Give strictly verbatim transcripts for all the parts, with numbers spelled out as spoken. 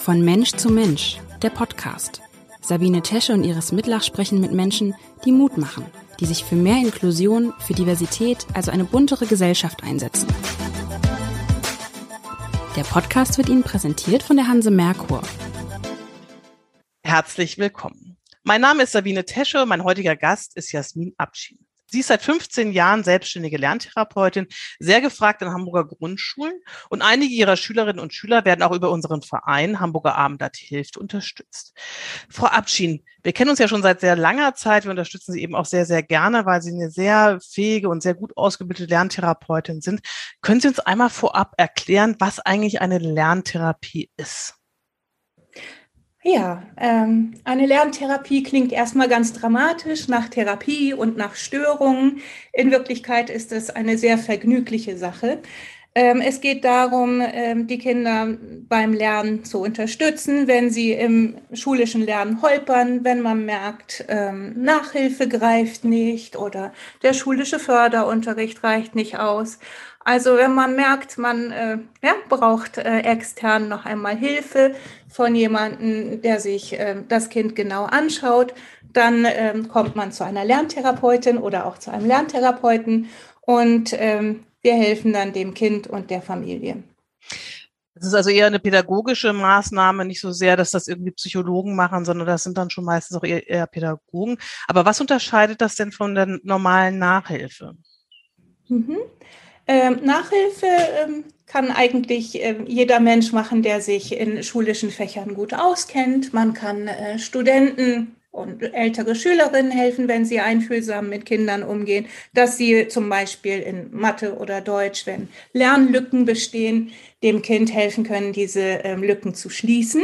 Von Mensch zu Mensch, der Podcast. Sabine Tesche und Iris Mitlach sprechen mit Menschen, die Mut machen, die sich für mehr Inklusion, für Diversität, also eine buntere Gesellschaft einsetzen. Der Podcast wird Ihnen präsentiert von der Hanse Merkur. Herzlich willkommen. Mein Name ist Sabine Tesche, mein heutiger Gast ist Jasmin Abschin. Sie ist seit fünfzehn Jahren selbstständige Lerntherapeutin, sehr gefragt in Hamburger Grundschulen und einige ihrer Schülerinnen und Schüler werden auch über unseren Verein Hamburger Abendblatt hilft unterstützt. Frau Abschin, wir kennen uns ja schon seit sehr langer Zeit, wir unterstützen Sie eben auch sehr, sehr gerne, weil Sie eine sehr fähige und sehr gut ausgebildete Lerntherapeutin sind. Können Sie uns einmal vorab erklären, was eigentlich eine Lerntherapie ist? Ja, ähm, eine Lerntherapie klingt erstmal ganz dramatisch nach Therapie und nach Störungen. In Wirklichkeit ist es eine sehr vergnügliche Sache. Ähm, es geht darum, ähm, die Kinder beim Lernen zu unterstützen, wenn sie im schulischen Lernen holpern, wenn man merkt, ähm, Nachhilfe greift nicht oder der schulische Förderunterricht reicht nicht aus. Also wenn man merkt, man äh, ja, braucht äh, extern noch einmal Hilfe von jemandem, der sich äh, das Kind genau anschaut, dann äh, kommt man zu einer Lerntherapeutin oder auch zu einem Lerntherapeuten und ähm, wir helfen dann dem Kind und der Familie. Das ist also eher eine pädagogische Maßnahme, nicht so sehr, dass das irgendwie Psychologen machen, sondern das sind dann schon meistens auch eher, eher Pädagogen. Aber was unterscheidet das denn von der normalen Nachhilfe? Mhm. Ähm, Nachhilfe ähm, kann eigentlich äh, jeder Mensch machen, der sich in schulischen Fächern gut auskennt. Man kann äh, Studenten und ältere Schülerinnen helfen, wenn sie einfühlsam mit Kindern umgehen, dass sie zum Beispiel in Mathe oder Deutsch, wenn Lernlücken bestehen, dem Kind helfen können, diese ähm, Lücken zu schließen.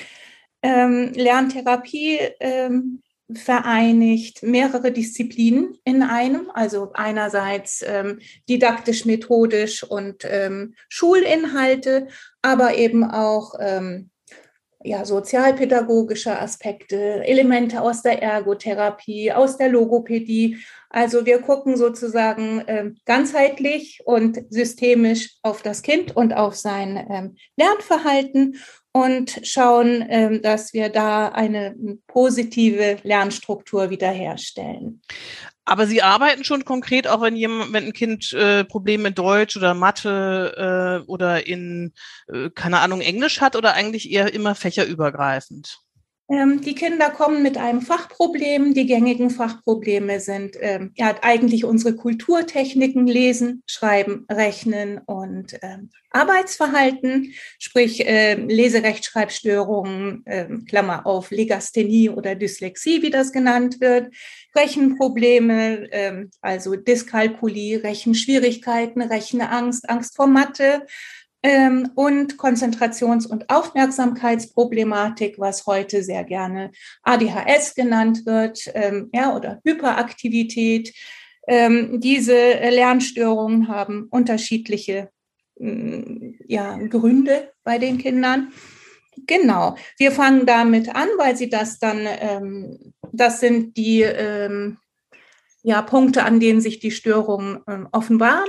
Ähm, Lerntherapie ähm, vereinigt mehrere Disziplinen in einem, also einerseits ähm, didaktisch-methodisch und ähm, Schulinhalte, aber eben auch ähm, ja, sozialpädagogische Aspekte, Elemente aus der Ergotherapie, aus der Logopädie. Also wir gucken sozusagen äh, ganzheitlich und systemisch auf das Kind und auf sein ähm, Lernverhalten und schauen, ähm, dass wir da eine positive Lernstruktur wiederherstellen. Aber Sie arbeiten schon konkret, auch wenn jemand, wenn ein Kind äh, Probleme in Deutsch oder Mathe äh, oder in, äh, keine Ahnung, Englisch hat oder eigentlich eher immer fächerübergreifend? Ähm, die Kinder kommen mit einem Fachproblem. Die gängigen Fachprobleme sind ähm, ja eigentlich unsere Kulturtechniken, Lesen, Schreiben, Rechnen und ähm, Arbeitsverhalten, sprich äh, Leserechtschreibstörungen, äh, Klammer auf, Legasthenie oder Dyslexie, wie das genannt wird, Rechenprobleme, äh, also Dyskalkulie, Rechenschwierigkeiten, Rechenangst, Angst vor Mathe, Ähm, und Konzentrations- und Aufmerksamkeitsproblematik, was heute sehr gerne A D H S genannt wird, ähm, ja, oder Hyperaktivität. Ähm, diese Lernstörungen haben unterschiedliche ähm, ja, Gründe bei den Kindern. Genau, wir fangen damit an, weil sie das dann, ähm, das sind die ähm, ja, Punkte, an denen sich die Störungen ähm, offenbaren.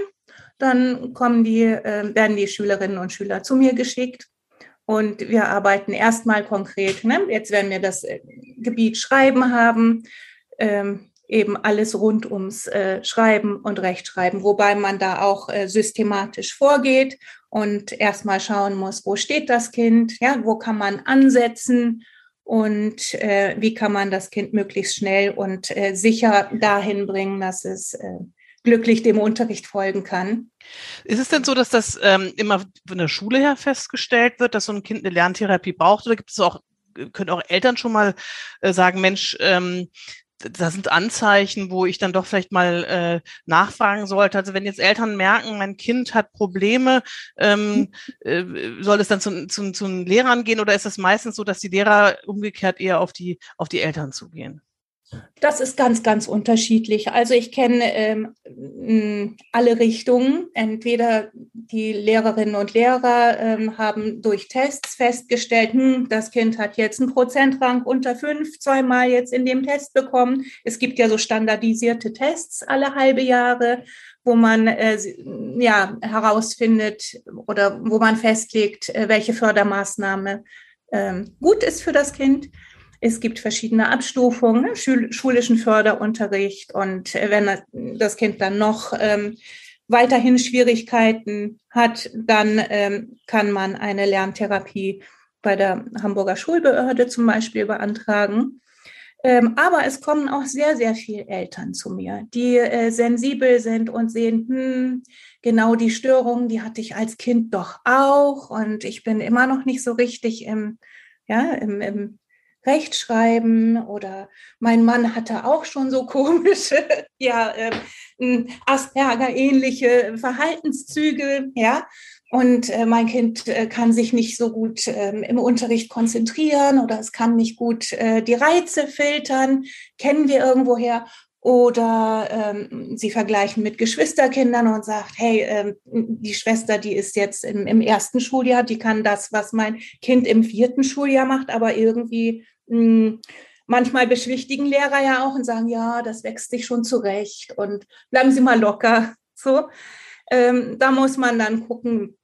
Dann kommen die, äh, werden die Schülerinnen und Schüler zu mir geschickt und wir arbeiten erstmal konkret. Ne? Jetzt, wenn wir das äh, Gebiet Schreiben haben, ähm, eben alles rund ums äh, Schreiben und Rechtschreiben, wobei man da auch äh, systematisch vorgeht und erstmal schauen muss, wo steht das Kind, ja, wo kann man ansetzen und äh, wie kann man das Kind möglichst schnell und äh, sicher dahin bringen, dass es äh, glücklich dem Unterricht folgen kann. Ist es denn so, dass das ähm, immer von der Schule her festgestellt wird, dass so ein Kind eine Lerntherapie braucht? Oder gibt es auch, können auch Eltern schon mal äh, sagen, Mensch, ähm, da sind Anzeichen, wo ich dann doch vielleicht mal äh, nachfragen sollte. Also wenn jetzt Eltern merken, mein Kind hat Probleme, ähm, äh, soll es dann zu, zu, zu den Lehrern gehen oder ist es meistens so, dass die Lehrer umgekehrt eher auf die, auf die Eltern zugehen? Das ist ganz, ganz unterschiedlich. Also ich kenne ähm, alle Richtungen. Entweder die Lehrerinnen und Lehrer ähm, haben durch Tests festgestellt, hm, das Kind hat jetzt einen Prozentrang unter fünf, zweimal jetzt in dem Test bekommen. Es gibt ja so standardisierte Tests alle halbe Jahre, wo man äh, ja herausfindet oder wo man festlegt, äh, welche Fördermaßnahme ähm, gut ist für das Kind. Es gibt verschiedene Abstufungen, ne? Schul- schulischen Förderunterricht. Und äh, wenn das, das Kind dann noch ähm, weiterhin Schwierigkeiten hat, dann ähm, kann man eine Lerntherapie bei der Hamburger Schulbehörde zum Beispiel beantragen. Ähm, aber es kommen auch sehr, sehr viele Eltern zu mir, die äh, sensibel sind und sehen, hm, genau die Störungen, die hatte ich als Kind doch auch und ich bin immer noch nicht so richtig im, ja, im, im Rechtschreiben oder mein Mann hatte auch schon so komische, ja, äh, Asperger-ähnliche Verhaltenszüge, ja. Und äh, mein Kind äh, kann sich nicht so gut ähm, im Unterricht konzentrieren oder es kann nicht gut äh, die Reize filtern, kennen wir irgendwoher. Oder ähm, sie vergleichen mit Geschwisterkindern und sagt, hey, ähm, die Schwester, die ist jetzt im, im ersten Schuljahr, die kann das, was mein Kind im vierten Schuljahr macht, aber irgendwie mh, manchmal beschwichtigen Lehrer ja auch und sagen, ja, das wächst sich schon zurecht und bleiben Sie mal locker. So, ähm, da muss man dann gucken,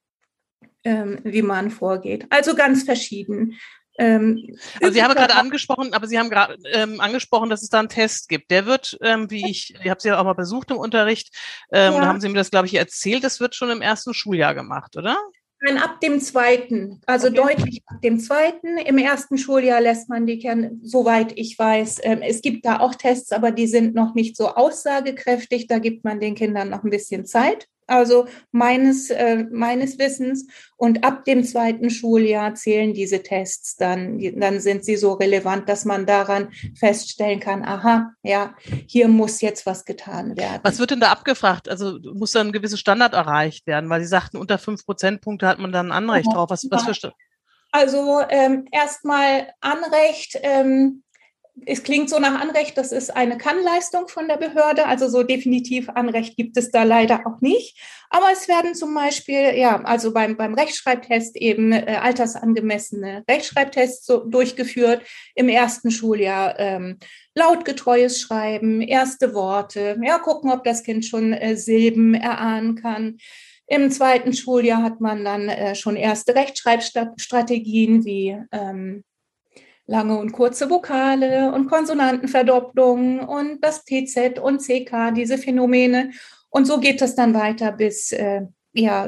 ähm, wie man vorgeht. Also ganz verschieden. Ähm, also Sie haben gerade angesprochen, aber Sie haben gerade ähm, angesprochen, dass es da einen Test gibt. Der wird, ähm, wie ich, ich habe Sie ja auch mal besucht im Unterricht, ähm, ja. Da haben Sie mir das, glaube ich, erzählt, das wird schon im ersten Schuljahr gemacht, oder? Nein, ab dem zweiten, also okay. Deutlich ab dem zweiten. Im ersten Schuljahr lässt man die Kinder, soweit ich weiß, ähm, es gibt da auch Tests, aber die sind noch nicht so aussagekräftig. Da gibt man den Kindern noch ein bisschen Zeit. Also meines, äh, meines Wissens. Und ab dem zweiten Schuljahr zählen diese Tests dann. Die, dann sind sie so relevant, dass man daran feststellen kann, aha, ja, hier muss jetzt was getan werden. Was wird denn da abgefragt? Also muss da ein gewisser Standard erreicht werden? Weil Sie sagten, unter fünf Prozentpunkte hat man dann ein Anrecht oh, drauf. Was, was für St- Also ähm, erstmal Anrecht. Ähm, Es klingt so nach Anrecht, das ist eine Kannleistung von der Behörde, also so definitiv Anrecht gibt es da leider auch nicht. Aber es werden zum Beispiel, ja, also beim, beim Rechtschreibtest eben äh, altersangemessene Rechtschreibtests so durchgeführt, im ersten Schuljahr ähm, lautgetreues Schreiben, erste Worte, ja, gucken, ob das Kind schon äh, Silben erahnen kann. Im zweiten Schuljahr hat man dann äh, schon erste Rechtschreibstrategien wie ähm, lange und kurze Vokale und Konsonantenverdopplung und das T Z und C K, diese Phänomene. Und so geht es dann weiter bis äh, ja,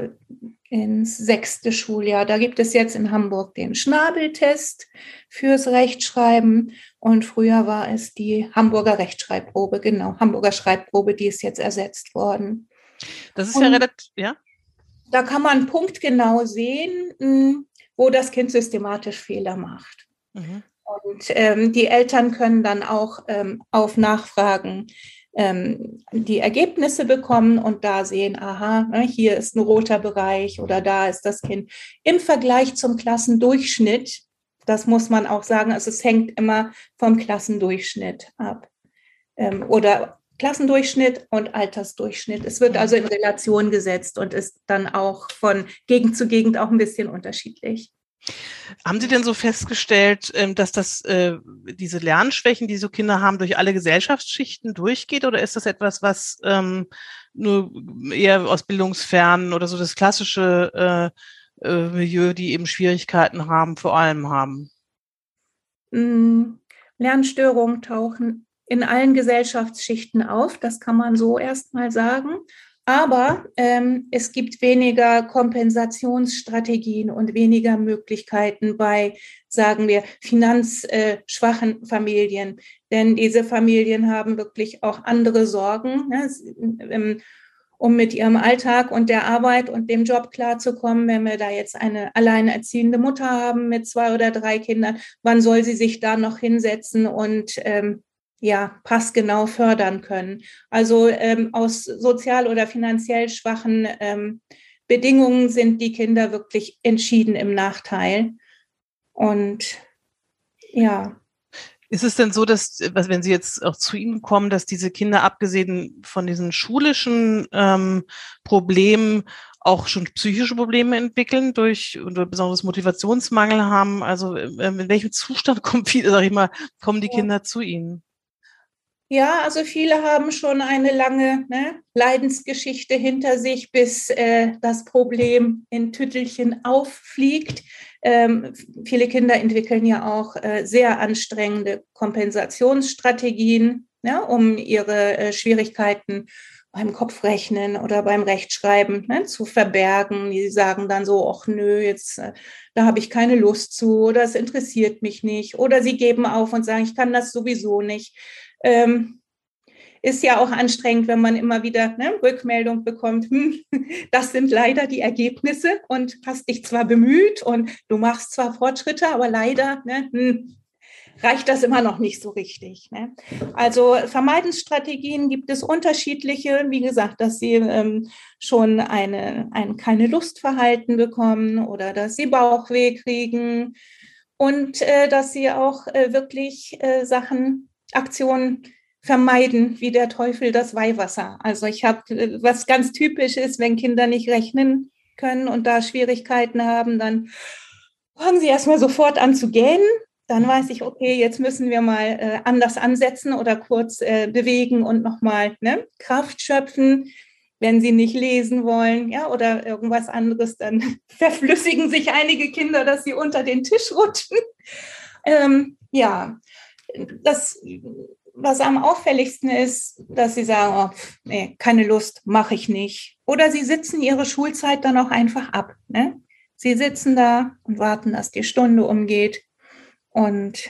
ins sechste Schuljahr. Da gibt es jetzt in Hamburg den Schnabeltest fürs Rechtschreiben. Und früher war es die Hamburger Rechtschreibprobe, genau, Hamburger Schreibprobe, die ist jetzt ersetzt worden. Das ist und ja relativ, ja. Da kann man punktgenau sehen, wo das Kind systematisch Fehler macht. Mhm. Und ähm, die Eltern können dann auch ähm, auf Nachfragen ähm, die Ergebnisse bekommen und da sehen, aha, ne, hier ist ein roter Bereich oder da ist das Kind im Vergleich zum Klassendurchschnitt. Das muss man auch sagen, also es hängt immer vom Klassendurchschnitt ab. Ähm, oder Klassendurchschnitt und Altersdurchschnitt. Es wird also in Relation gesetzt und ist dann auch von Gegend zu Gegend auch ein bisschen unterschiedlich. Haben Sie denn so festgestellt, dass das, diese Lernschwächen, die so Kinder haben, durch alle Gesellschaftsschichten durchgeht? Oder ist das etwas, was ähm, nur eher aus Bildungsfernen oder so das klassische äh, äh, Milieu, die eben Schwierigkeiten haben, vor allem haben? Lernstörungen tauchen in allen Gesellschaftsschichten auf, das kann man so erstmal sagen. Aber ähm, es gibt weniger Kompensationsstrategien und weniger Möglichkeiten bei, sagen wir, finanzschwachen Familien. Denn diese Familien haben wirklich auch andere Sorgen, ne, um mit ihrem Alltag und der Arbeit und dem Job klarzukommen. Wenn wir da jetzt eine alleinerziehende Mutter haben mit zwei oder drei Kindern, wann soll sie sich da noch hinsetzen und ähm, ja, passgenau fördern können. Also ähm, aus sozial oder finanziell schwachen ähm, Bedingungen sind die Kinder wirklich entschieden im Nachteil. Und ja. Ist es denn so, dass, wenn Sie jetzt auch zu Ihnen kommen, dass diese Kinder abgesehen von diesen schulischen ähm, Problemen auch schon psychische Probleme entwickeln durch oder besonders Motivationsmangel haben? Also ähm, in welchem Zustand kommen viele, sag ich mal, kommen die Kinder zu Ihnen? Ja, also viele haben schon eine lange ne, Leidensgeschichte hinter sich, bis äh, das Problem in Tüttelchen auffliegt. Ähm, viele Kinder entwickeln ja auch äh, sehr anstrengende Kompensationsstrategien, ja, um ihre äh, Schwierigkeiten beim Kopfrechnen oder beim Rechtschreiben ne, zu verbergen. Die sagen dann so, ach nö, jetzt äh, da habe ich keine Lust zu oder es interessiert mich nicht. Oder sie geben auf und sagen, ich kann das sowieso nicht. Ähm, ist ja auch anstrengend, wenn man immer wieder ne, Rückmeldung bekommt, hm, das sind leider die Ergebnisse und hast dich zwar bemüht und du machst zwar Fortschritte, aber leider ne, hm, reicht das immer noch nicht so richtig. Ne? Also Vermeidensstrategien gibt es unterschiedliche. Wie gesagt, dass sie ähm, schon eine, ein keine Lustverhalten bekommen oder dass sie Bauchweh kriegen und äh, dass sie auch äh, wirklich äh, Sachen, Aktionen vermeiden, wie der Teufel das Weihwasser. Also ich habe, äh, was ganz typisch ist, wenn Kinder nicht rechnen können und da Schwierigkeiten haben, dann fangen sie erstmal sofort an zu gähnen. Dann weiß ich, okay, jetzt müssen wir mal äh, anders ansetzen oder kurz äh, bewegen und nochmal ne, Kraft schöpfen. Wenn sie nicht lesen wollen, ja, oder irgendwas anderes, dann verflüssigen sich einige Kinder, dass sie unter den Tisch rutschen. Ähm, ja, das, was am auffälligsten ist, dass sie sagen, oh, nee, keine Lust, mache ich nicht. Oder sie sitzen ihre Schulzeit dann auch einfach ab. Ne? Sie sitzen da und warten, dass die Stunde umgeht. Und,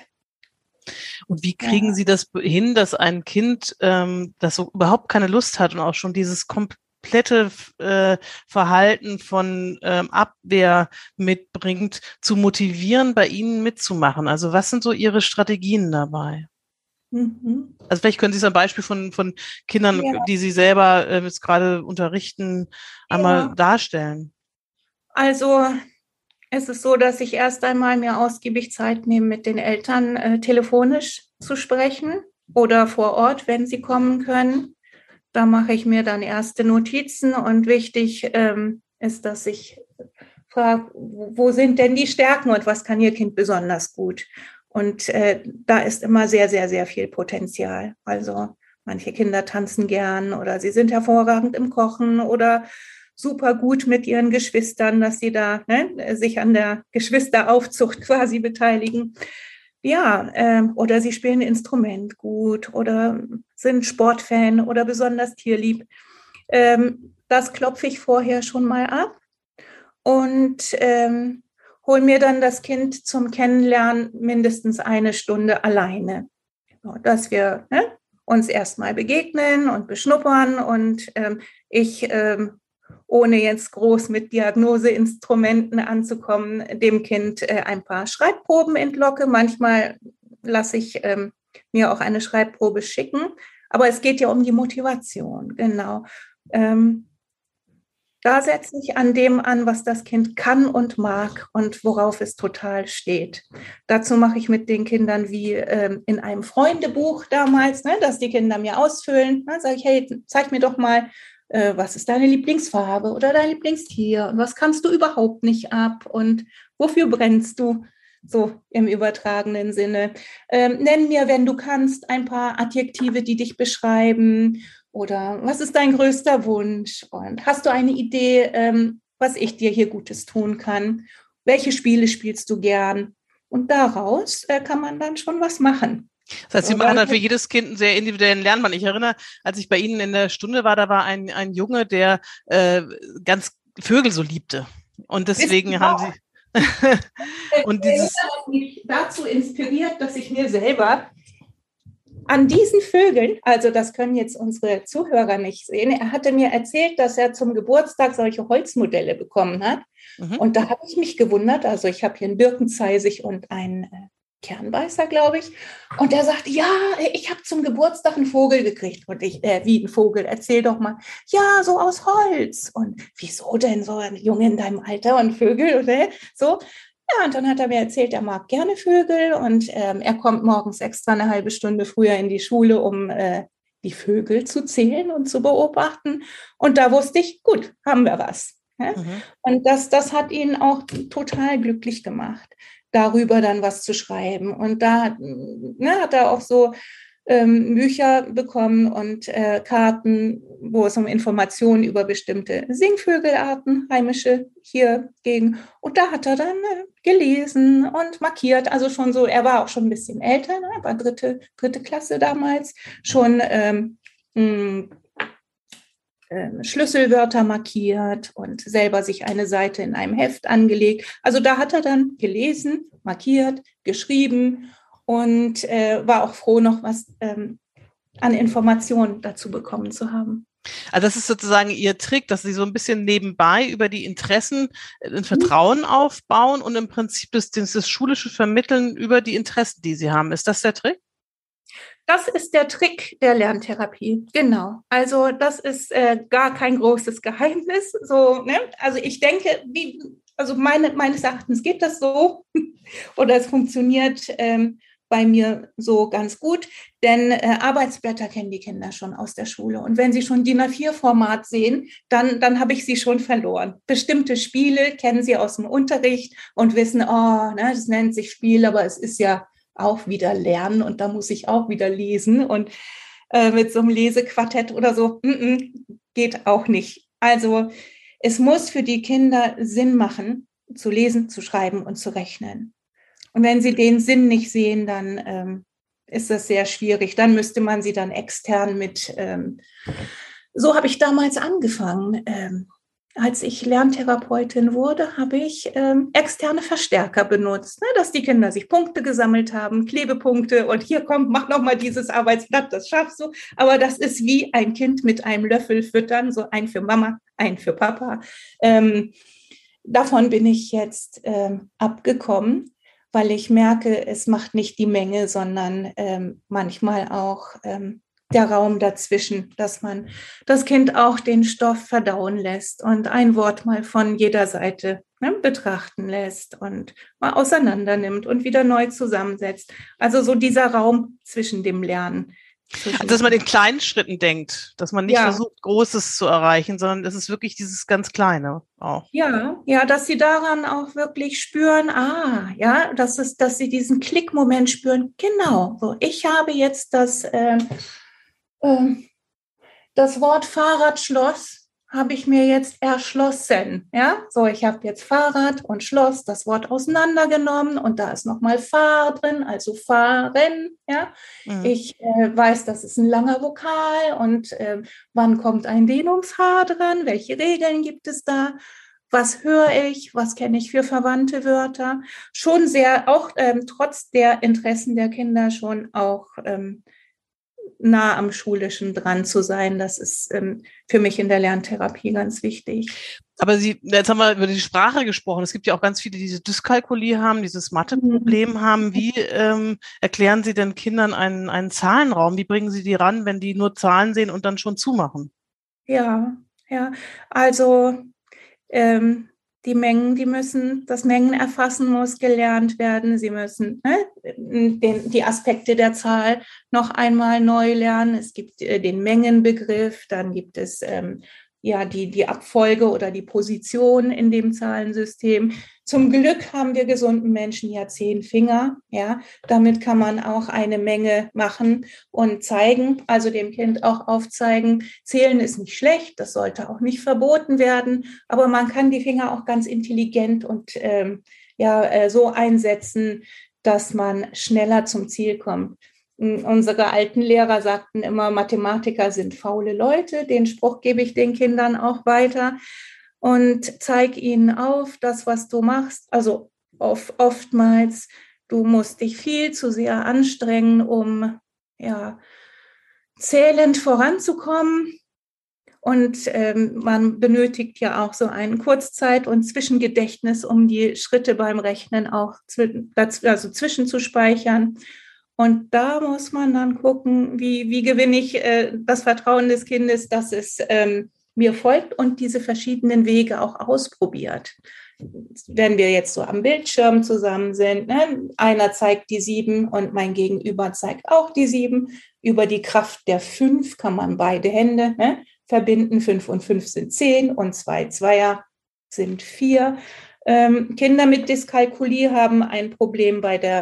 und wie kriegen ja. Sie das hin, dass ein Kind, ähm, das so überhaupt keine Lust hat und auch schon dieses komplette äh, Verhalten von ähm, Abwehr mitbringt, zu motivieren, bei Ihnen mitzumachen? Also was sind so Ihre Strategien dabei? Mhm. Also vielleicht können Sie es ein Beispiel von, von Kindern, ja. die Sie selber äh, jetzt gerade unterrichten, einmal ja. darstellen. Also es ist so, dass ich erst einmal mir ausgiebig Zeit nehme, mit den Eltern äh, telefonisch zu sprechen oder vor Ort, wenn sie kommen können. Da mache ich mir dann erste Notizen und wichtig ähm, ist, dass ich frage, wo sind denn die Stärken und was kann Ihr Kind besonders gut? Und äh, da ist immer sehr, sehr, sehr viel Potenzial. Also manche Kinder tanzen gern oder sie sind hervorragend im Kochen oder super gut mit ihren Geschwistern, dass sie da ne, sich an der Geschwisteraufzucht quasi beteiligen. Ja, äh, oder sie spielen ein Instrument gut oder sind Sportfan oder besonders tierlieb. Ähm, das klopfe ich vorher schon mal ab und ähm, hole mir dann das Kind zum Kennenlernen mindestens eine Stunde alleine, so, dass wir ne, uns erstmal begegnen und beschnuppern und ähm, ich ähm, ohne jetzt groß mit Diagnoseinstrumenten anzukommen, dem Kind äh, ein paar Schreibproben entlocke. Manchmal lasse ich ähm, mir auch eine Schreibprobe schicken, aber es geht ja um die Motivation, genau. Ähm, da setze ich an dem an, was das Kind kann und mag und worauf es total steht. Dazu mache ich mit den Kindern wie ähm, in einem Freundebuch damals, ne, dass die Kinder mir ausfüllen. Ne, sage ich, hey, zeig mir doch mal, was ist deine Lieblingsfarbe oder dein Lieblingstier und was kannst du überhaupt nicht ab und wofür brennst du, so im übertragenen Sinne. Ähm, nenn mir, wenn du kannst, ein paar Adjektive, die dich beschreiben oder was ist dein größter Wunsch und hast du eine Idee, ähm, was ich dir hier Gutes tun kann? Welche Spiele spielst du gern? Und daraus äh, kann man dann schon was machen. Das heißt, Sie machen dann für jedes Kind einen sehr individuellen Lernplan. Ich erinnere, als ich bei Ihnen in der Stunde war, da war ein, ein Junge, der äh, ganz Vögel so liebte. Und deswegen haben Sie... und dieses hat mich dazu inspiriert, dass ich mir selber an diesen Vögeln, also das können jetzt unsere Zuhörer nicht sehen, er hatte mir erzählt, dass er zum Geburtstag solche Holzmodelle bekommen hat. Mhm. Und da habe ich mich gewundert, also ich habe hier einen Birkenzeisig und einen Kernbeißer, glaube ich. Und er sagt, ja, ich habe zum Geburtstag einen Vogel gekriegt. Und ich, äh, wie ein Vogel, erzähl doch mal. Ja, so aus Holz. Und wieso denn so ein Junge in deinem Alter und Vögel? Oder so. Ja, und dann hat er mir erzählt, er mag gerne Vögel und ähm, er kommt morgens extra eine halbe Stunde früher in die Schule, um äh, die Vögel zu zählen und zu beobachten. Und da wusste ich, gut, haben wir was. Ja? Mhm. Und das, das hat ihn auch total glücklich gemacht, darüber dann was zu schreiben. Und da ne, hat er auch so ähm, Bücher bekommen und äh, Karten, wo es um Informationen über bestimmte Singvögelarten, heimische, hier ging. Und da hat er dann äh, gelesen und markiert, also schon so, er war auch schon ein bisschen älter, ne? War dritte, dritte Klasse damals, schon ähm, mh, äh, Schlüsselwörter markiert und selber sich eine Seite in einem Heft angelegt. Also da hat er dann gelesen, markiert, geschrieben und äh, war auch froh, noch was ähm, an Informationen dazu bekommen zu haben. Also das ist sozusagen Ihr Trick, dass Sie so ein bisschen nebenbei über die Interessen ein Vertrauen aufbauen und im Prinzip das, das schulische Vermitteln über die Interessen, die Sie haben. Ist das der Trick? Das ist der Trick der Lerntherapie, genau. Also das ist äh, gar kein großes Geheimnis. So, ne? Also ich denke, wie, also meine, meines Erachtens geht das so oder es funktioniert ähm, bei mir so ganz gut, denn äh, Arbeitsblätter kennen die Kinder schon aus der Schule. Und wenn sie schon D I N A vier Format sehen, dann, dann habe ich sie schon verloren. Bestimmte Spiele kennen sie aus dem Unterricht und wissen, oh, ne, das nennt sich Spiel, aber es ist ja auch wieder Lernen und da muss ich auch wieder lesen. Und äh, mit so einem Lesequartett oder so, mm -mm, geht auch nicht. Also es muss für die Kinder Sinn machen, zu lesen, zu schreiben und zu rechnen. Und wenn sie den Sinn nicht sehen, dann ähm, ist das sehr schwierig. Dann müsste man sie dann extern mit, ähm, so habe ich damals angefangen. Ähm, als ich Lerntherapeutin wurde, habe ich ähm, externe Verstärker benutzt, ne, dass die Kinder sich Punkte gesammelt haben, Klebepunkte und hier kommt, mach nochmal dieses Arbeitsblatt, das schaffst du. Aber das ist wie ein Kind mit einem Löffel füttern, so ein für Mama, ein für Papa. Ähm, davon bin ich jetzt ähm, abgekommen, weil ich merke, es macht nicht die Menge, sondern ähm, manchmal auch ähm, der Raum dazwischen, dass man das Kind auch den Stoff verdauen lässt und ein Wort mal von jeder Seite, ne, betrachten lässt und mal auseinander nimmt und wieder neu zusammensetzt. Also so dieser Raum zwischen dem Lernen. Also, dass man in kleinen Schritten denkt, dass man nicht ja. versucht, Großes zu erreichen, sondern es ist wirklich dieses ganz Kleine auch. Ja, ja, dass sie daran auch wirklich spüren, ah, ja, dass es, dass sie diesen Klickmoment spüren. Genau, so, ich habe jetzt das, äh, äh, das Wort Fahrradschloss habe ich mir jetzt erschlossen, ja, so, ich habe jetzt Fahrrad und Schloss, das Wort auseinandergenommen und da ist nochmal Fahr drin, also fahren, ja, mhm. Ich äh, weiß, das ist ein langer Vokal und äh, wann kommt ein Dehnungs-H dran, welche Regeln gibt es da, was höre ich, was kenne ich für verwandte Wörter, schon sehr, auch ähm, trotz der Interessen der Kinder schon auch ähm, nah am Schulischen dran zu sein. Das ist ähm, für mich in der Lerntherapie ganz wichtig. Aber Sie, jetzt haben wir über die Sprache gesprochen. Es gibt ja auch ganz viele, die diese Dyskalkulie haben, dieses Matheproblem mhm. haben. Wie ähm, erklären Sie denn Kindern einen, einen Zahlenraum? Wie bringen Sie die ran, wenn die nur Zahlen sehen und dann schon zumachen? Ja, ja, also ähm, die Mengen, die müssen, das Mengenerfassen muss gelernt werden. Sie müssen ne, den, die Aspekte der Zahl noch einmal neu lernen. Es gibt äh, den Mengenbegriff, dann gibt es ähm, ja die, die Abfolge oder die Position in dem Zahlensystem. Zum Glück haben wir gesunden Menschen ja zehn Finger. Ja, damit kann man auch eine Menge machen und zeigen, also dem Kind auch aufzeigen. Zählen ist nicht schlecht, das sollte auch nicht verboten werden, aber man kann die Finger auch ganz intelligent und ähm, ja äh, so einsetzen, dass man schneller zum Ziel kommt. Unsere alten Lehrer sagten immer, Mathematiker sind faule Leute. Den Spruch gebe ich den Kindern auch weiter und zeige ihnen auf, das, was du machst. Also oft, oftmals, du musst dich viel zu sehr anstrengen, um ja, zählend voranzukommen. Und ähm, man benötigt ja auch so ein Kurzzeit- und Zwischengedächtnis, um die Schritte beim Rechnen auch zw- also zwischenzuspeichern. Und da muss man dann gucken, wie, wie gewinne ich äh, das Vertrauen des Kindes, dass es ähm, mir folgt und diese verschiedenen Wege auch ausprobiert. Wenn wir jetzt so am Bildschirm zusammen sind, ne, einer zeigt die sieben und mein Gegenüber zeigt auch die sieben. Über die Kraft der fünf kann man beide Hände ne, verbinden. Fünf und fünf sind zehn und zwei Zweier sind vier. Ähm, Kinder mit Dyskalkulie haben ein Problem bei der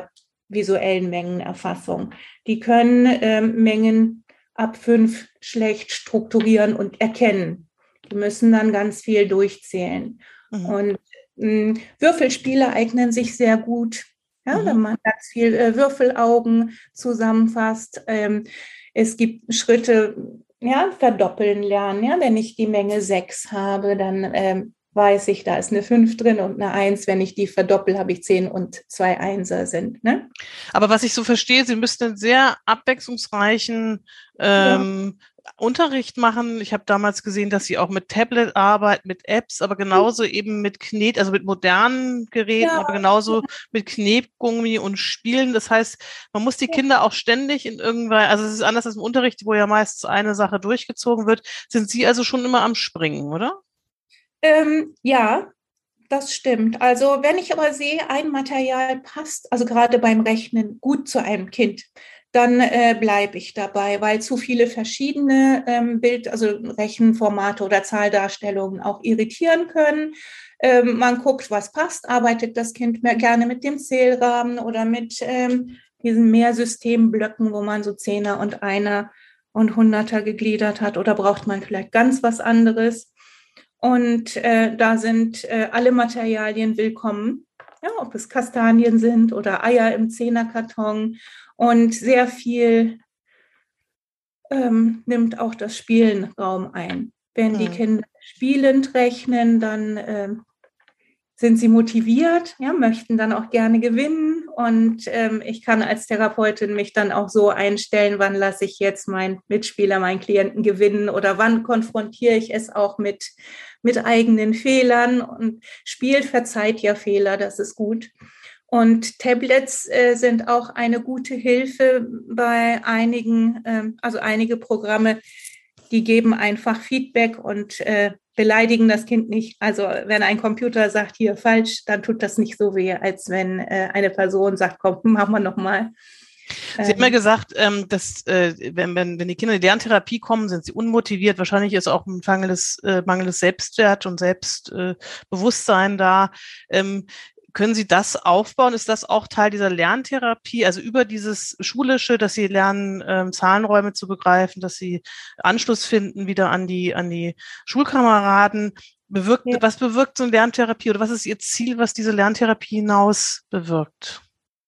visuellen Mengenerfassung. Die können ähm, Mengen ab fünf schlecht strukturieren und erkennen. Die müssen dann ganz viel durchzählen. Mhm. Und mh, Würfelspiele eignen sich sehr gut, ja, mhm. wenn man ganz viel äh, Würfelaugen zusammenfasst. Ähm, es gibt Schritte, ja, verdoppeln lernen. Ja, wenn ich die Menge sechs habe, dann ähm, weiß ich, da ist eine fünf drin und eine eins. Wenn ich die verdoppel, habe ich zehn und zwei Einser sind. Ne? Aber was ich so verstehe, Sie müssten einen sehr abwechslungsreichen ähm, ja. Unterricht machen. Ich habe damals gesehen, dass Sie auch mit Tablet arbeiten, mit Apps, aber genauso mhm. eben mit Knet, also mit modernen Geräten, ja. aber genauso mit Knetgummi und Spielen. Das heißt, man muss die ja. Kinder auch ständig in irgendwann, also es ist anders als im Unterricht, wo ja meistens eine Sache durchgezogen wird. Sind Sie also schon immer am Springen, oder? Ähm, ja, das stimmt. Also wenn ich aber sehe, ein Material passt, also gerade beim Rechnen, gut zu einem Kind, dann äh, bleibe ich dabei, weil zu viele verschiedene ähm, Bild-, also Rechenformate oder Zahldarstellungen auch irritieren können. Ähm, man guckt, was passt, arbeitet das Kind mehr gerne mit dem Zählrahmen oder mit ähm, diesen Mehrsystemblöcken, wo man so Zehner und Einer und Hunderter gegliedert hat, oder braucht man vielleicht ganz was anderes? Und äh, da sind äh, alle Materialien willkommen, ja, ob es Kastanien sind oder Eier im Zehnerkarton. Und sehr viel ähm, nimmt auch das Spielen Raum ein. Wenn hm. die Kinder spielend rechnen, dann äh, sind sie motiviert, ja, möchten dann auch gerne gewinnen. Und ähm, ich kann als Therapeutin mich dann auch so einstellen, wann lasse ich jetzt meinen Mitspieler, meinen Klienten gewinnen oder wann konfrontiere ich es auch mit, mit eigenen Fehlern. Und Spiel verzeiht ja Fehler, das ist gut. Und Tablets äh, sind auch eine gute Hilfe bei einigen, äh, also einige Programme, die geben einfach Feedback und äh, beleidigen das Kind nicht. Also wenn ein Computer sagt, hier falsch, dann tut das nicht so weh, als wenn äh, eine Person sagt, komm, machen wir nochmal. Sie haben ja gesagt, ähm, dass äh, wenn, wenn, wenn die Kinder in die Lerntherapie kommen, sind sie unmotiviert. Wahrscheinlich ist auch ein mangelndes, äh, mangelndes Selbstwert und Selbstbewusstsein äh, da. Ähm, Können Sie das aufbauen? Ist das auch Teil dieser Lerntherapie? Also über dieses Schulische, dass Sie lernen, ähm, Zahlenräume zu begreifen, dass Sie Anschluss finden wieder an die, an die Schulkameraden. Bewirkt, ja. Was bewirkt so eine Lerntherapie oder was ist Ihr Ziel, was diese Lerntherapie hinaus bewirkt?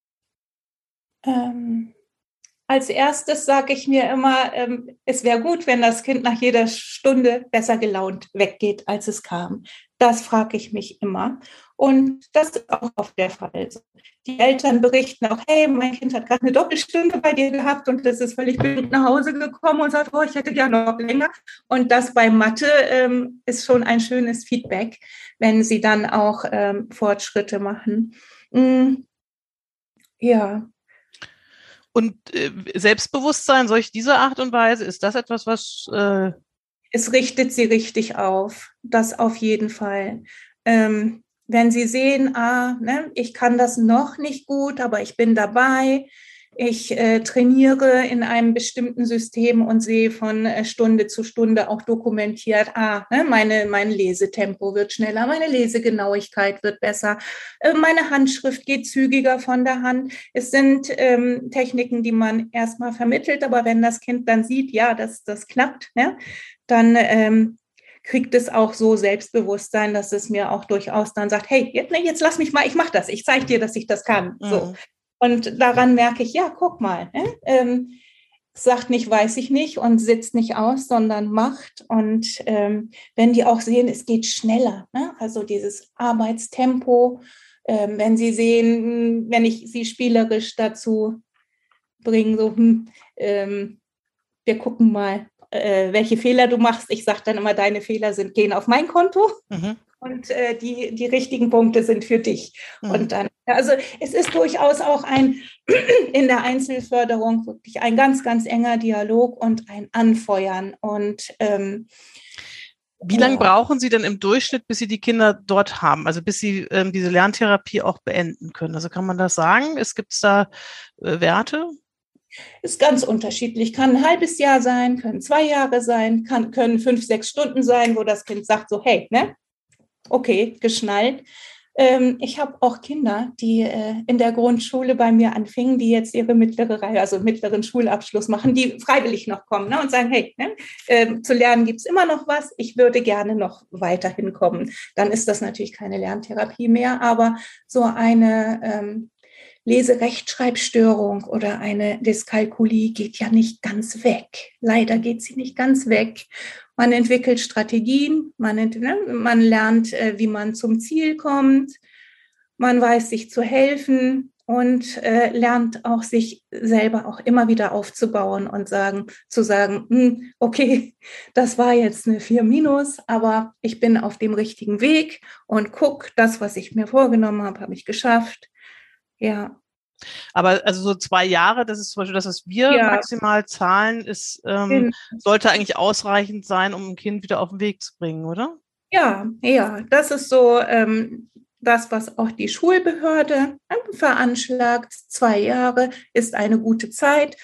Ähm, als erstes sage ich mir immer, ähm, es wäre gut, wenn das Kind nach jeder Stunde besser gelaunt weggeht, als es kam. Das frage ich mich immer. Und das ist auch oft der Fall. Die Eltern berichten auch, hey, mein Kind hat gerade eine Doppelstunde bei dir gehabt und das ist völlig blind nach Hause gekommen und sagt, oh, ich hätte ja noch länger. Und das bei Mathe ähm, ist schon ein schönes Feedback, wenn sie dann auch ähm, Fortschritte machen. Mm, ja. Und äh, Selbstbewusstsein, solch dieser Art und Weise, ist das etwas, was... Äh es richtet sie richtig auf, das auf jeden Fall. Ähm, wenn sie sehen, ah, ne, ich kann das noch nicht gut, aber ich bin dabei, ich äh, trainiere in einem bestimmten System und sehe von äh, Stunde zu Stunde auch dokumentiert, ah, ne, meine, mein Lesetempo wird schneller, meine Lesegenauigkeit wird besser, äh, meine Handschrift geht zügiger von der Hand. Es sind ähm, Techniken, die man erstmal vermittelt, aber wenn das Kind dann sieht, ja, das, das klappt, ne, dann ähm, kriegt es auch so Selbstbewusstsein, dass es mir auch durchaus dann sagt, hey, jetzt, ne, jetzt lass mich mal, ich mache das, ich zeige dir, dass ich das kann. Mhm. So. Und daran merke ich, ja, guck mal, ne? ähm, sagt nicht, weiß ich nicht und sitzt nicht aus, sondern macht. Und ähm, wenn die auch sehen, es geht schneller, ne? Also dieses Arbeitstempo, ähm, wenn sie sehen, wenn ich sie spielerisch dazu bringe, so, hm, ähm, wir gucken mal, äh, welche Fehler du machst. Ich sage dann immer, deine Fehler sind, gehen auf mein Konto. Mhm. Und äh, die, die richtigen Punkte sind für dich. Mhm. Und dann, also es ist durchaus auch ein in der Einzelförderung wirklich ein ganz, ganz enger Dialog und ein Anfeuern. Und ähm, wie lange brauchen Sie denn im Durchschnitt, bis Sie die Kinder dort haben? Also bis Sie ähm, diese Lerntherapie auch beenden können? Also kann man das sagen? Es gibt da äh, Werte? Ist ganz unterschiedlich. Kann ein halbes Jahr sein, können zwei Jahre sein, kann, können fünf, sechs Stunden sein, wo das Kind sagt so, hey, ne? Okay, geschnallt. Ähm, ich habe auch Kinder, die äh, in der Grundschule bei mir anfingen, die jetzt ihre mittlere Reihe, also mittleren Schulabschluss machen, die freiwillig noch kommen, ne, und sagen, hey, ne, äh, zu lernen gibt es immer noch was, ich würde gerne noch weiterhin kommen. Dann ist das natürlich keine Lerntherapie mehr, aber so eine ähm, Lese-Rechtschreibstörung oder eine Dyskalkulie geht ja nicht ganz weg. Leider geht sie nicht ganz weg. Man entwickelt Strategien, man, ent, ne, man lernt, äh, wie man zum Ziel kommt, man weiß, sich zu helfen und äh, lernt auch, sich selber auch immer wieder aufzubauen und sagen, zu sagen, hm, okay, das war jetzt eine vier minus, aber ich bin auf dem richtigen Weg und guck, das, was ich mir vorgenommen habe, habe ich geschafft. Ja. Aber also so zwei Jahre, das ist zum Beispiel das, was wir Ja. maximal zahlen, ist, ähm, sollte eigentlich ausreichend sein, um ein Kind wieder auf den Weg zu bringen, oder? Ja, ja, das ist so ähm, das, was auch die Schulbehörde veranschlagt. Zwei Jahre ist eine gute Zeit.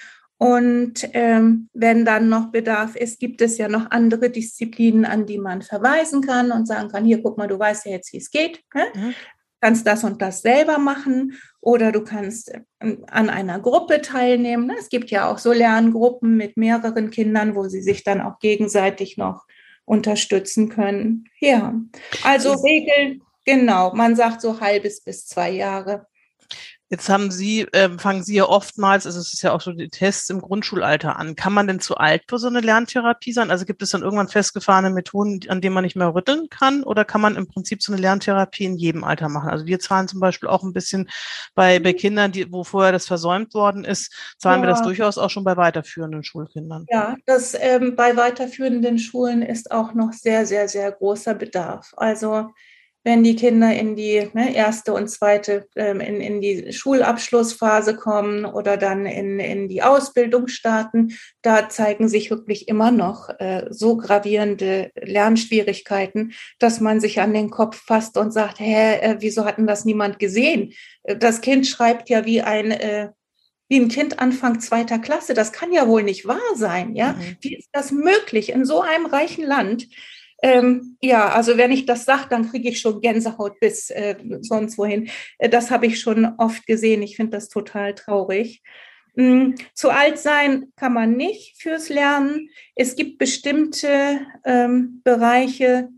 Und ähm, wenn dann noch Bedarf ist, gibt es ja noch andere Disziplinen, an die man verweisen kann und sagen kann, hier, guck mal, du weißt ja jetzt, wie es geht. Ne? Mhm. Kannst das und das selber machen oder du kannst an einer Gruppe teilnehmen. Es gibt ja auch so Lerngruppen mit mehreren Kindern, wo sie sich dann auch gegenseitig noch unterstützen können. Ja, also Regeln, genau, man sagt so halbes bis zwei Jahre. Jetzt haben Sie, äh, fangen Sie ja oftmals, also es ist ja auch so die Tests im Grundschulalter an. Kann man denn zu alt für so eine Lerntherapie sein? Also gibt es dann irgendwann festgefahrene Methoden, an denen man nicht mehr rütteln kann? Oder kann man im Prinzip so eine Lerntherapie in jedem Alter machen? Also wir zahlen zum Beispiel auch ein bisschen bei, bei Kindern, die, wo vorher das versäumt worden ist, zahlen ja. wir das durchaus auch schon bei weiterführenden Schulkindern. Ja, das ähm, bei weiterführenden Schulen ist auch noch sehr, sehr, sehr großer Bedarf. Also wenn die Kinder in die ne, erste und zweite, ähm, in, in die Schulabschlussphase kommen oder dann in, in die Ausbildung starten, da zeigen sich wirklich immer noch äh, so gravierende Lernschwierigkeiten, dass man sich an den Kopf fasst und sagt, hä, äh, wieso hat denn das niemand gesehen? Das Kind schreibt ja wie ein... Äh, wie ein Kind Anfang zweiter Klasse. Das kann ja wohl nicht wahr sein, ja? Mhm. Wie ist das möglich in so einem reichen Land? Ähm, ja, also wenn ich das sage, dann kriege ich schon Gänsehaut bis äh, sonst wohin. Äh, das habe ich schon oft gesehen. Ich finde das total traurig. Ähm, zu alt sein kann man nicht fürs Lernen. Es gibt bestimmte ähm, Bereiche,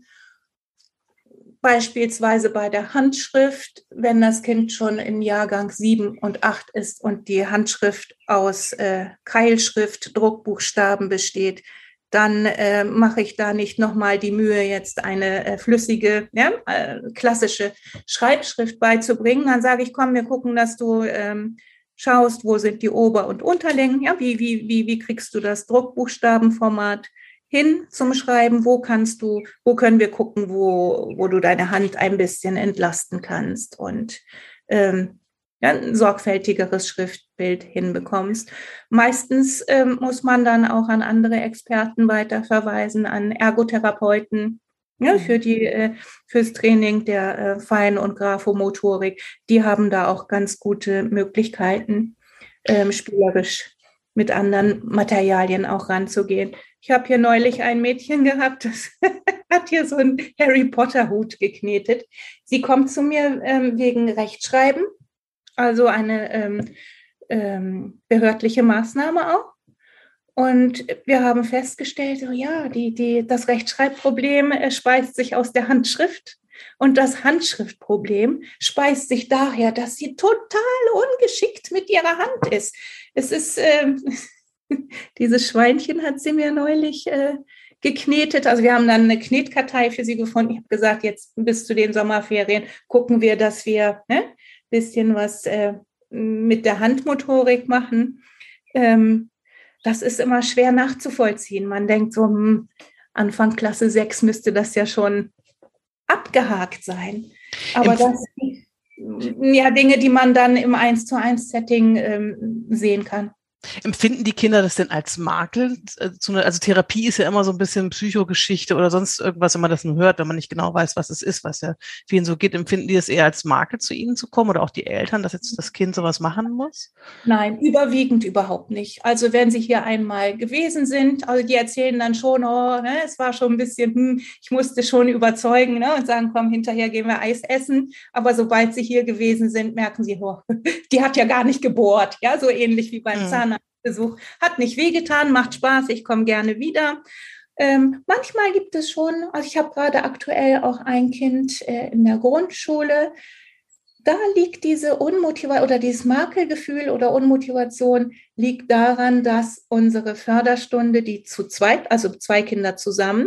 beispielsweise bei der Handschrift, wenn das Kind schon im Jahrgang sieben und acht ist und die Handschrift aus äh, Keilschrift, Druckbuchstaben besteht, dann äh, mache ich da nicht nochmal die Mühe, jetzt eine äh, flüssige, ja, äh, klassische Schreibschrift beizubringen. Dann sage ich, komm, wir gucken, dass du ähm, schaust, wo sind die Ober- und Unterlängen, ja, wie, wie, wie, wie kriegst du das Druckbuchstabenformat hin zum Schreiben, wo kannst du, wo können wir gucken, wo, wo du deine Hand ein bisschen entlasten kannst und ähm, ja, ein sorgfältigeres Schriftbild hinbekommst. Meistens ähm, muss man dann auch an andere Experten weiterverweisen, an Ergotherapeuten, ja, für die, äh, fürs Training der äh, Fein- und Graphomotorik. Die haben da auch ganz gute Möglichkeiten, ähm, spielerisch mit anderen Materialien auch ranzugehen. Ich habe hier neulich ein Mädchen gehabt, das hat hier so einen Harry Potter Hut geknetet. Sie kommt zu mir ähm, wegen Rechtschreiben, also eine ähm, ähm, behördliche Maßnahme auch. Und wir haben festgestellt, so, ja, die, die, das Rechtschreibproblem äh, speist sich aus der Handschrift. Und das Handschriftproblem speist sich daher, dass sie total ungeschickt mit ihrer Hand ist. Es ist, äh, dieses Schweinchen hat sie mir neulich äh, geknetet. Also wir haben dann eine Knetkartei für sie gefunden. Ich habe gesagt, jetzt bis zu den Sommerferien gucken wir, dass wir ein ne, bisschen was äh, mit der Handmotorik machen. Ähm, das ist immer schwer nachzuvollziehen. Man denkt so, hm, Anfang Klasse sechs müsste das ja schon abgehakt sein. Aber das sind ja Dinge, die man dann im eins zu eins Setting ähm, sehen kann. Empfinden die Kinder das denn als Makel? Also Therapie ist ja immer so ein bisschen Psychogeschichte oder sonst irgendwas, wenn man das nur hört, wenn man nicht genau weiß, was es ist, was ja vielen so geht. Empfinden die das eher als Makel, zu ihnen zu kommen oder auch die Eltern, dass jetzt das Kind sowas machen muss? Nein, überwiegend überhaupt nicht. Also wenn sie hier einmal gewesen sind, also die erzählen dann schon, oh, ne, es war schon ein bisschen, hm, ich musste schon überzeugen, ne, und sagen, komm, hinterher gehen wir Eis essen. Aber sobald sie hier gewesen sind, merken sie, oh, die hat ja gar nicht gebohrt. Ja, so ähnlich wie beim mhm. Zahnarztbesuch. Hat nicht wehgetan, macht Spaß, ich komme gerne wieder. Ähm, manchmal gibt es schon, also ich habe gerade aktuell auch ein Kind äh, in der Grundschule. Da liegt diese Unmotivation oder dieses Makelgefühl oder Unmotivation liegt daran, dass unsere Förderstunde, die zu zweit, also zwei Kinder zusammen,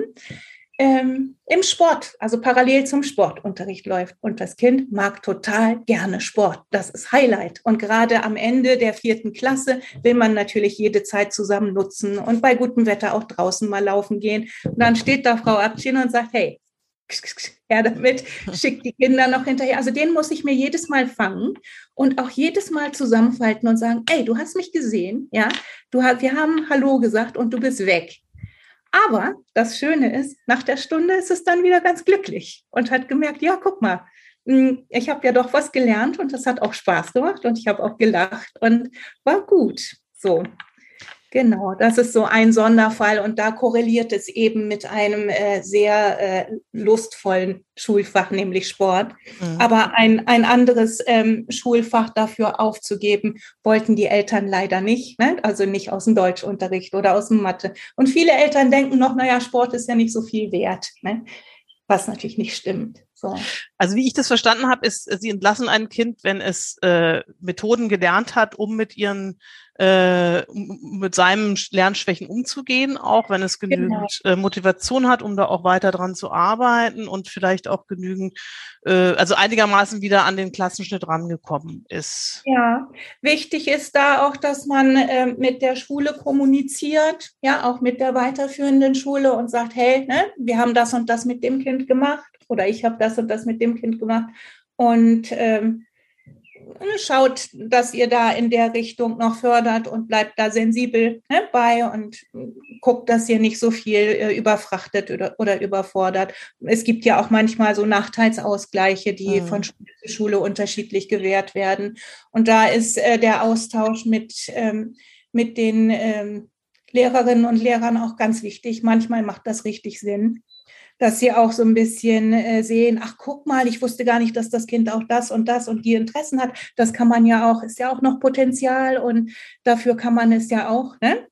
ähm, im Sport, also parallel zum Sportunterricht läuft. Und das Kind mag total gerne Sport. Das ist Highlight. Und gerade am Ende der vierten Klasse will man natürlich jede Zeit zusammen nutzen und bei gutem Wetter auch draußen mal laufen gehen. Und dann steht da Frau Abtschin und sagt, hey, her damit, schickt die Kinder noch hinterher. Also den muss ich mir jedes Mal fangen und auch jedes Mal zusammenfalten und sagen, ey, du hast mich gesehen, ja, du, wir haben Hallo gesagt und du bist weg. Aber das Schöne ist, nach der Stunde ist es dann wieder ganz glücklich und hat gemerkt, ja, guck mal, ich habe ja doch was gelernt und das hat auch Spaß gemacht und ich habe auch gelacht und war gut. So. Genau, das ist so ein Sonderfall und da korreliert es eben mit einem äh, sehr äh, lustvollen Schulfach, nämlich Sport. Mhm. Aber ein, ein anderes ähm, Schulfach dafür aufzugeben, wollten die Eltern leider nicht, ne? Also nicht aus dem Deutschunterricht oder aus dem Mathe. Und viele Eltern denken noch, naja, Sport ist ja nicht so viel wert, ne? Was natürlich nicht stimmt. So. Also wie ich das verstanden habe, ist, Sie entlassen ein Kind, wenn es äh, Methoden gelernt hat, um mit ihren äh, um mit seinen Lernschwächen umzugehen, auch wenn es genügend genau. äh, Motivation hat, um da auch weiter dran zu arbeiten und vielleicht auch genügend, äh, also einigermaßen wieder an den Klassenschnitt rangekommen ist. Ja, wichtig ist da auch, dass man äh, mit der Schule kommuniziert, ja, auch mit der weiterführenden Schule und sagt, hey, ne, wir haben das und das mit dem Kind gemacht oder ich habe das und das mit dem Kind gemacht und ähm, schaut, dass ihr da in der Richtung noch fördert und bleibt da sensibel, ne, bei und guckt, dass ihr nicht so viel äh, überfrachtet oder, oder überfordert. Es gibt ja auch manchmal so Nachteilsausgleiche, die mhm. von Schule zu Schule unterschiedlich gewährt werden. Und da ist äh, der Austausch mit, ähm, mit den ähm, Lehrerinnen und Lehrern auch ganz wichtig. Manchmal macht das richtig Sinn, dass sie auch so ein bisschen äh, sehen, ach, guck mal, ich wusste gar nicht, dass das Kind auch das und das und die Interessen hat. Das kann man ja auch, ist ja auch noch Potenzial und dafür kann man es ja auch, ne,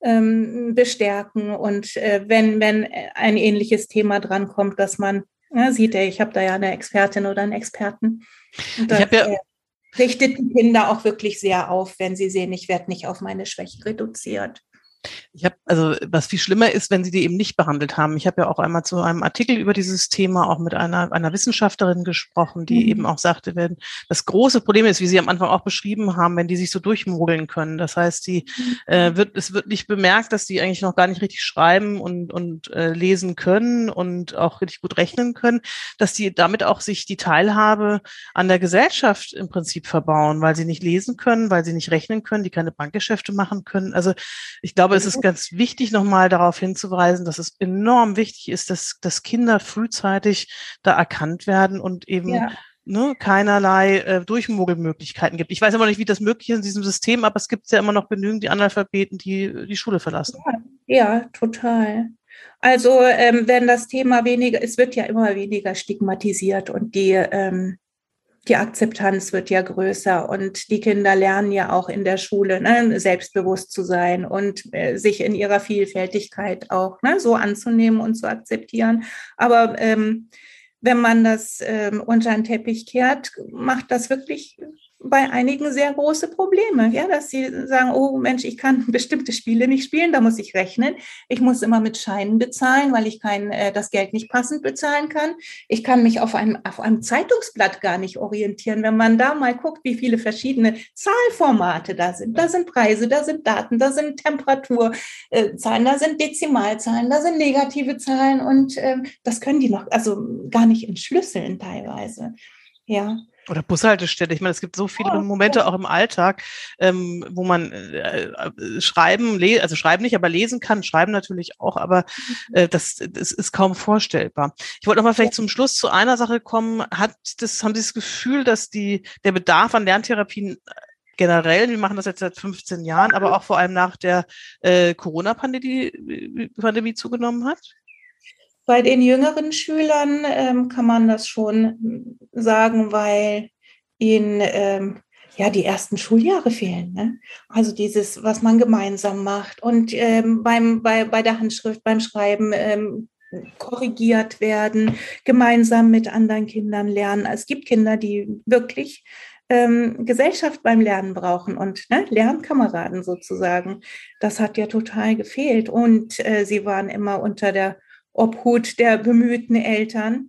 ähm, bestärken. Und äh, wenn, wenn ein ähnliches Thema drankommt, dass man ja, sieht, ey, ich habe da ja eine Expertin oder einen Experten. Und das, ich habe ja äh, richtet die Kinder auch wirklich sehr auf, wenn sie sehen, ich werde nicht auf meine Schwäche reduziert. Ich habe, also was viel schlimmer ist, wenn sie die eben nicht behandelt haben. Ich habe ja auch einmal zu einem Artikel über dieses Thema auch mit einer einer Wissenschaftlerin gesprochen, die mhm. eben auch sagte, wenn das große Problem ist, wie Sie am Anfang auch beschrieben haben, wenn die sich so durchmogeln können. Das heißt, die mhm. äh, wird es wird nicht bemerkt, dass die eigentlich noch gar nicht richtig schreiben und und äh, lesen können und auch richtig gut rechnen können, dass die damit auch sich die Teilhabe an der Gesellschaft im Prinzip verbauen, weil sie nicht lesen können, weil sie nicht rechnen können, die keine Bankgeschäfte machen können. Also ich glaube, es ist ganz wichtig, nochmal darauf hinzuweisen, dass es enorm wichtig ist, dass, dass Kinder frühzeitig da erkannt werden und eben ja. ne, keinerlei äh, Durchmogelmöglichkeiten gibt. Ich weiß aber nicht, wie das möglich ist in diesem System, aber es gibt ja immer noch genügend die Analphabeten, die die Schule verlassen. Ja, ja, total. Also ähm, wenn das Thema weniger, es wird ja immer weniger stigmatisiert und die ähm, Die Akzeptanz wird ja größer und die Kinder lernen ja auch in der Schule, ne, selbstbewusst zu sein und äh, sich in ihrer Vielfältigkeit auch ne, so anzunehmen und zu akzeptieren. Aber ähm, wenn man das ähm, unter den Teppich kehrt, macht das wirklich bei einigen sehr große Probleme, ja, dass sie sagen, oh Mensch, ich kann bestimmte Spiele nicht spielen, da muss ich rechnen. Ich muss immer mit Scheinen bezahlen, weil ich kein, äh, das Geld nicht passend bezahlen kann. Ich kann mich auf einem, auf einem Zeitungsblatt gar nicht orientieren. Wenn man da mal guckt, wie viele verschiedene Zahlformate da sind. Da sind Preise, da sind Daten, da sind Temperaturzahlen, da sind Dezimalzahlen, da sind negative Zahlen und äh, das können die noch also gar nicht entschlüsseln teilweise. ja. Oder Bushaltestelle. Ich meine, es gibt so viele Momente auch im Alltag, ähm, wo man äh, schreiben, le- also schreiben nicht, aber lesen kann, schreiben natürlich auch, aber äh, das, das ist kaum vorstellbar. Ich wollte noch mal vielleicht zum Schluss zu einer Sache kommen. Hat das, haben Sie das Gefühl, dass die, der Bedarf an Lerntherapien generell, wir machen das jetzt seit fünfzehn Jahren, aber auch vor allem nach der äh, Corona-Pandemie Pandemie zugenommen hat? Bei den jüngeren Schülern ähm, kann man das schon sagen, weil ihnen ähm, ja die ersten Schuljahre fehlen. Ne? Also dieses, was man gemeinsam macht und ähm, beim, bei, bei der Handschrift, beim Schreiben ähm, korrigiert werden, gemeinsam mit anderen Kindern lernen. Es gibt Kinder, die wirklich ähm, Gesellschaft beim Lernen brauchen und ne, Lernkameraden sozusagen. Das hat ja total gefehlt und äh, sie waren immer unter der Obhut der bemühten Eltern.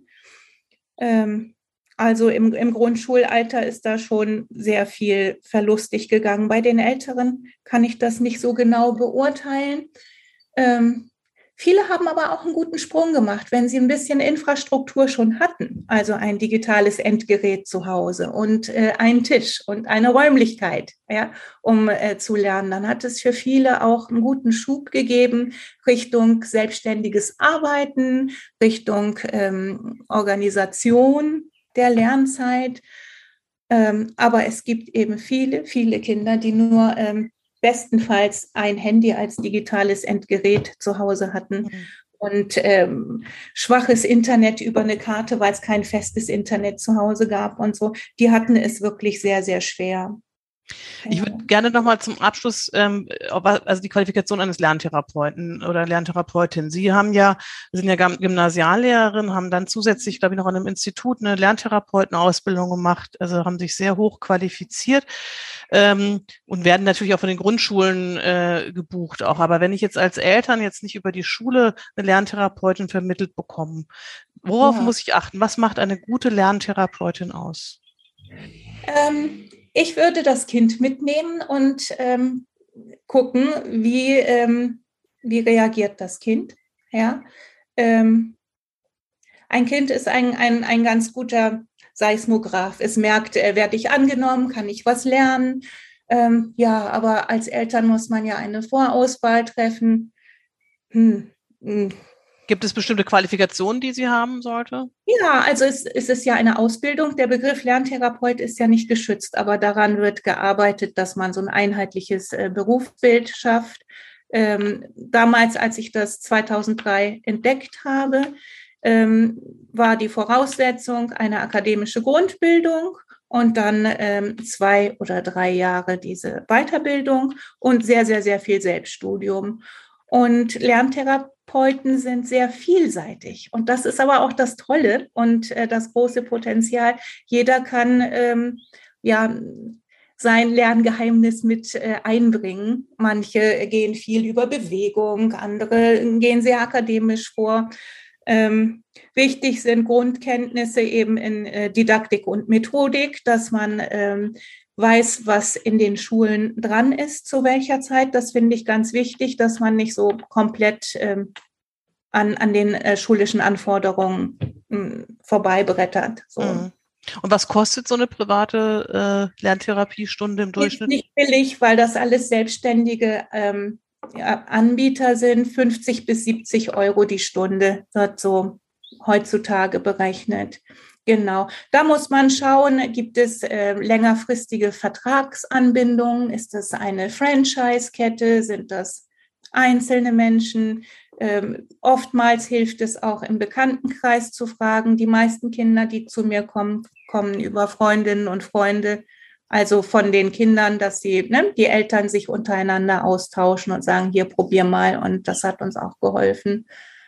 Ähm, also im, im Grundschulalter ist da schon sehr viel verlustig gegangen. Bei den Älteren kann ich das nicht so genau beurteilen. Ähm, viele haben aber auch einen guten Sprung gemacht, wenn sie ein bisschen Infrastruktur schon hatten, also ein digitales Endgerät zu Hause und äh, einen Tisch und eine Räumlichkeit, ja, um äh, zu lernen. Dann hat es für viele auch einen guten Schub gegeben Richtung selbstständiges Arbeiten, Richtung ähm, Organisation der Lernzeit. Ähm, aber es gibt eben viele, viele Kinder, die nur ähm, bestenfalls ein Handy als digitales Endgerät zu Hause hatten mhm. und ähm, schwaches Internet über eine Karte, weil es kein festes Internet zu Hause gab und so. Die hatten es wirklich sehr, sehr schwer. Ich würde gerne nochmal zum Abschluss, ähm, also die Qualifikation eines Lerntherapeuten oder Lerntherapeutin. Sie haben ja, sind ja Gymnasiallehrerin, haben dann zusätzlich, glaube ich, noch an einem Institut eine Lerntherapeutenausbildung gemacht, also haben sich sehr hoch qualifiziert ähm, und werden natürlich auch von den Grundschulen äh, gebucht auch. Aber wenn ich jetzt als Eltern jetzt nicht über die Schule eine Lerntherapeutin vermittelt bekomme, worauf ja. muss ich achten? Was macht eine gute Lerntherapeutin aus? Ähm Ich würde das Kind mitnehmen und ähm, gucken, wie, ähm, wie reagiert das Kind. Ja? Ähm, ein Kind ist ein, ein, ein ganz guter Seismograph. Es merkt, äh, werde ich angenommen, kann ich was lernen. Ähm, ja, aber als Eltern muss man ja eine Vorauswahl treffen. Hm, hm. Gibt es bestimmte Qualifikationen, die sie haben sollte? Ja, also es, es ist ja eine Ausbildung. Der Begriff Lerntherapeut ist ja nicht geschützt, aber daran wird gearbeitet, dass man so ein einheitliches äh, Berufsbild schafft. Ähm, damals, als ich das zweitausenddrei entdeckt habe, ähm, war die Voraussetzung eine akademische Grundbildung und dann ähm, zwei oder drei Jahre diese Weiterbildung und sehr, sehr, sehr viel Selbststudium. Und Lerntherapeuten sind sehr vielseitig. Und das ist aber auch das Tolle und äh, das große Potenzial. Jeder kann ähm, ja sein Lerngeheimnis mit äh, einbringen. Manche gehen viel über Bewegung, andere gehen sehr akademisch vor. Ähm, wichtig sind Grundkenntnisse eben in äh, Didaktik und Methodik, dass man ähm, weiß, was in den Schulen dran ist, zu welcher Zeit. Das finde ich ganz wichtig, dass man nicht so komplett ähm, an, an den äh, schulischen Anforderungen äh, vorbeibrettert. So. Mhm. Und was kostet so eine private äh, Lerntherapiestunde im Durchschnitt? Ist nicht billig, weil das alles selbstständige ähm, ja, Anbieter sind. fünfzig bis siebzig Euro die Stunde wird so heutzutage berechnet. Genau, da muss man schauen, gibt es äh, längerfristige Vertragsanbindungen? Ist das eine Franchise-Kette? Sind das einzelne Menschen? Ähm, oftmals hilft es auch im Bekanntenkreis zu fragen. Die meisten Kinder, die zu mir kommen, kommen über Freundinnen und Freunde, also von den Kindern, dass sie, ne, die Eltern sich untereinander austauschen und sagen, hier, probier mal. Und das hat uns auch geholfen.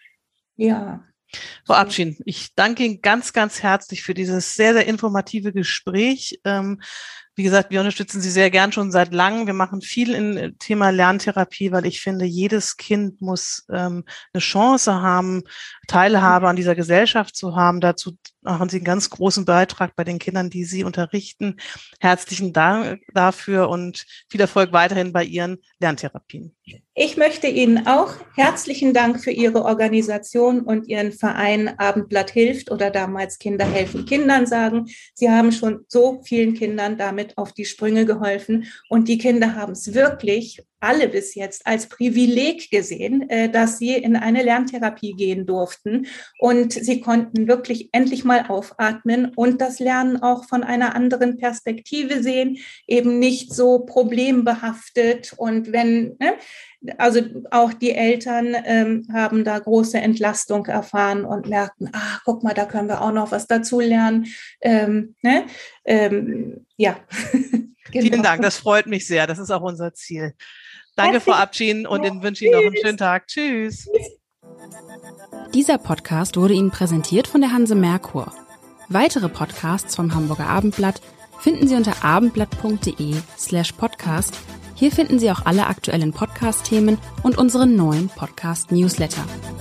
Ja. Frau Abschin, ich danke Ihnen ganz, ganz herzlich für dieses sehr, sehr informative Gespräch. Ähm, Wie gesagt, wir unterstützen Sie sehr gern schon seit langem. Wir machen viel im Thema Lerntherapie, weil ich finde, jedes Kind muss ähm, eine Chance haben, Teilhabe an dieser Gesellschaft zu haben. Dazu machen Sie einen ganz großen Beitrag bei den Kindern, die Sie unterrichten. Herzlichen Dank dafür und viel Erfolg weiterhin bei Ihren Lerntherapien. Ich möchte Ihnen auch herzlichen Dank für Ihre Organisation und Ihren Verein Abendblatt hilft oder damals Kinder helfen Kindern sagen. Sie haben schon so vielen Kindern damit auf die Sprünge geholfen und die Kinder haben es wirklich alle bis jetzt als Privileg gesehen, dass sie in eine Lerntherapie gehen durften und sie konnten wirklich endlich mal aufatmen und das Lernen auch von einer anderen Perspektive sehen, eben nicht so problembehaftet und wenn, ne, also auch die Eltern ähm, haben da große Entlastung erfahren und merkten, ah, guck mal, da können wir auch noch was dazu lernen. Ähm, ne? ähm, ja. Genau. Vielen Dank, das freut mich sehr. Das ist auch unser Ziel. Danke, Frau Abschin, und ich wünsche Ihnen noch einen schönen Tag. Tschüss. Dieser Podcast wurde Ihnen präsentiert von der Hanse Merkur. Weitere Podcasts vom Hamburger Abendblatt finden Sie unter abendblatt.de slash podcast. Hier finden Sie auch alle aktuellen Podcast-Themen und unseren neuen Podcast-Newsletter.